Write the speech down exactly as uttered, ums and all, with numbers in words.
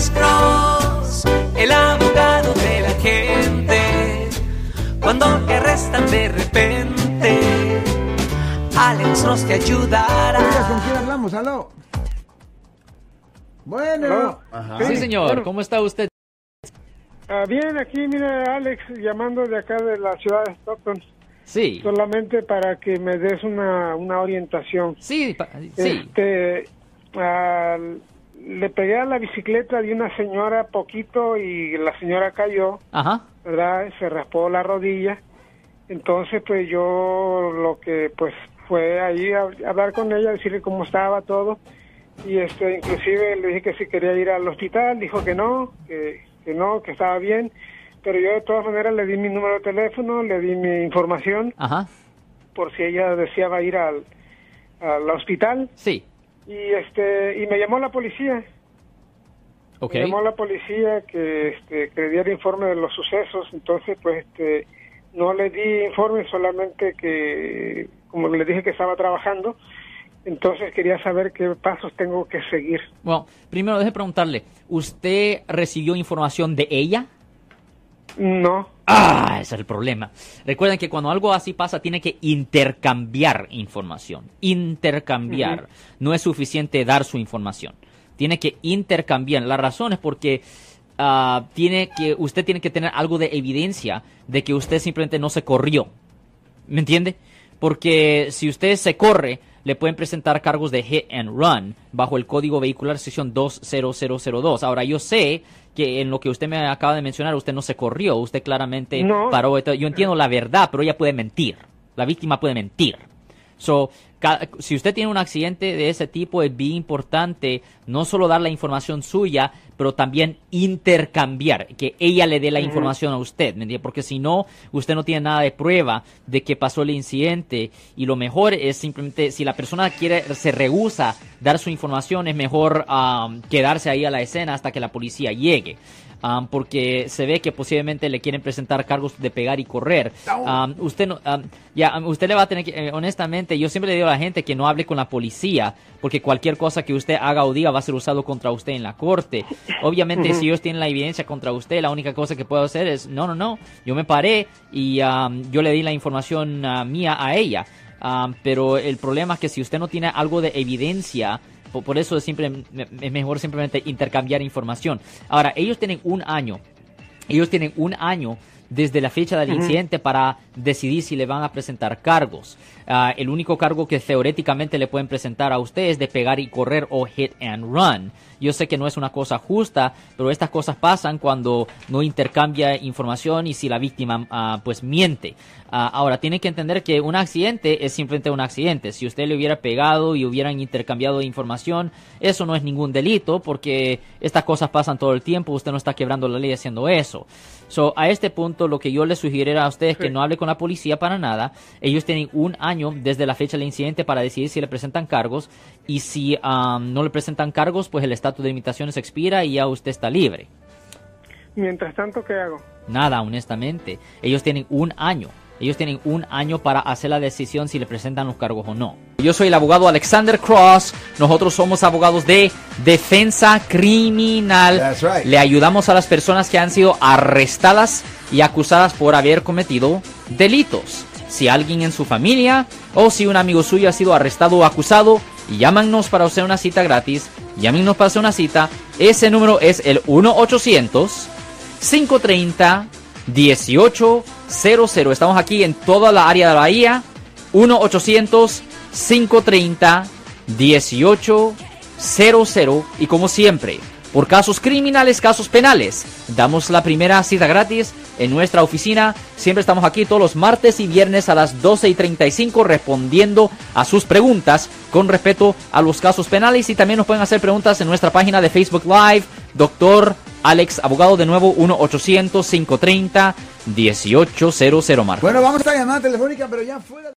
Alex Cross, el abogado de la gente. Cuando te arrestan de repente, Alex Cross te ayudará. ¿Con quién hablamos? ¿Aló? Bueno. Ajá. Sí, señor. Bueno. ¿Cómo está usted? Ah, bien, aquí, mire, Alex, llamando de acá de la ciudad de Stockton. Sí. Solamente para que me des una, una orientación. Sí, pa- sí. Este, ah, le pegué a la bicicleta de una señora poquito y la señora cayó, Ajá. ¿verdad? Se raspó la rodilla. Entonces, pues yo lo que, pues, fue ahí a, a hablar con ella, decirle cómo estaba todo. Y este, inclusive le dije que si quería ir al hospital, dijo que no, que, que no, que estaba bien. Pero yo de todas maneras le di mi número de teléfono, le di mi información, Ajá. por si ella deseaba ir al, al hospital. Sí. Y este, y me llamó la policía. Ok. Me llamó la policía que, este, que le diera informe de los sucesos. Entonces, pues, este, no le di informe, solamente que, como le dije que estaba trabajando. Entonces quería saber qué pasos tengo que seguir. Bueno, primero deje preguntarle, ¿usted recibió información de ella? No. Ah, ese es el problema. Recuerden que cuando algo así pasa, tiene que intercambiar información. Intercambiar. Uh-huh. No es suficiente dar su información. Tiene que intercambiar. La razón es porque uh, tiene que, usted tiene que tener algo de evidencia de que usted simplemente no se corrió. ¿Me entiende? Porque si usted se corre, le pueden presentar cargos de hit and run bajo el Código Vehicular sección dos cero cero cero dos. Ahora, yo sé que en lo que usted me acaba de mencionar, usted no se corrió, usted claramente no. paró. Yo entiendo la verdad, pero ella puede mentir. La víctima puede mentir. So, ca- si usted tiene un accidente de ese tipo, es bien importante no solo dar la información suya, pero también intercambiar, que ella le dé la uh-huh. información a usted, ¿me entiende? Porque si no, usted no tiene nada de prueba de que pasó el incidente, y lo mejor es simplemente, si la persona quiere, se rehúsa dar su información, es mejor um, quedarse ahí a la escena hasta que la policía llegue. Um, porque se ve que posiblemente le quieren presentar cargos de pegar y correr. Um, usted no, um, ya, um, usted le va a tener que, eh, honestamente, yo siempre le digo a la gente que no hable con la policía, porque cualquier cosa que usted haga o diga va a ser usado contra usted en la corte. Obviamente, uh-huh. si ellos tienen la evidencia contra usted, la única cosa que puedo hacer es, no, no, no, yo me paré y um, yo le di la información uh, mía a ella. Um, pero el problema es que si usted no tiene algo de evidencia, por eso es, siempre, es mejor simplemente intercambiar información. Ahora, ellos tienen un año. Ellos tienen un año desde la fecha del uh-huh. incidente para decidir si le van a presentar cargos. Uh, el único cargo que teóricamente le pueden presentar a usted es de pegar y correr o hit and run. Yo sé que no es una cosa justa, pero estas cosas pasan cuando no intercambia información y si la víctima uh, pues miente. Uh, ahora, tiene que entender que un accidente es simplemente un accidente. Si usted le hubiera pegado y hubieran intercambiado información, eso no es ningún delito, porque estas cosas pasan todo el tiempo. Usted no está quebrando la ley haciendo eso. So, a este punto, lo que yo le sugeriría a usted es que no hable con la policía para nada. Ellos tienen un año desde la fecha del incidente para decidir si le presentan cargos. Y si um, no le presentan cargos, pues el estatus de limitaciones expira y ya usted está libre. Mientras tanto, ¿qué hago? Nada, honestamente. Ellos tienen un año. Ellos tienen un año para hacer la decisión si le presentan los cargos o no. Yo soy el abogado Alexander Cross. Nosotros somos abogados de defensa criminal. That's right. Le ayudamos a las personas que han sido arrestadas y acusadas por haber cometido delitos. Si alguien en su familia o si un amigo suyo ha sido arrestado o acusado, llámanos para hacer una cita gratis. Llámenos para hacer una cita. Ese número es el uno ochocientos, cinco treinta, dieciocho cero cero. Estamos aquí en toda la área de la Bahía. uno ochocientos, cinco treinta, dieciocho cero cero. Y como siempre, por casos criminales, casos penales, damos la primera cita gratis en nuestra oficina. Siempre estamos aquí todos los martes y viernes a las doce y treinta y cinco respondiendo a sus preguntas con respecto a los casos penales. Y también nos pueden hacer preguntas en nuestra página de Facebook Live, Doctor Alex Abogado, de nuevo, uno ochocientos, cinco treinta, dieciocho cero cero, Marco. Bueno, vamos a esta llamada telefónica, pero ya fuera.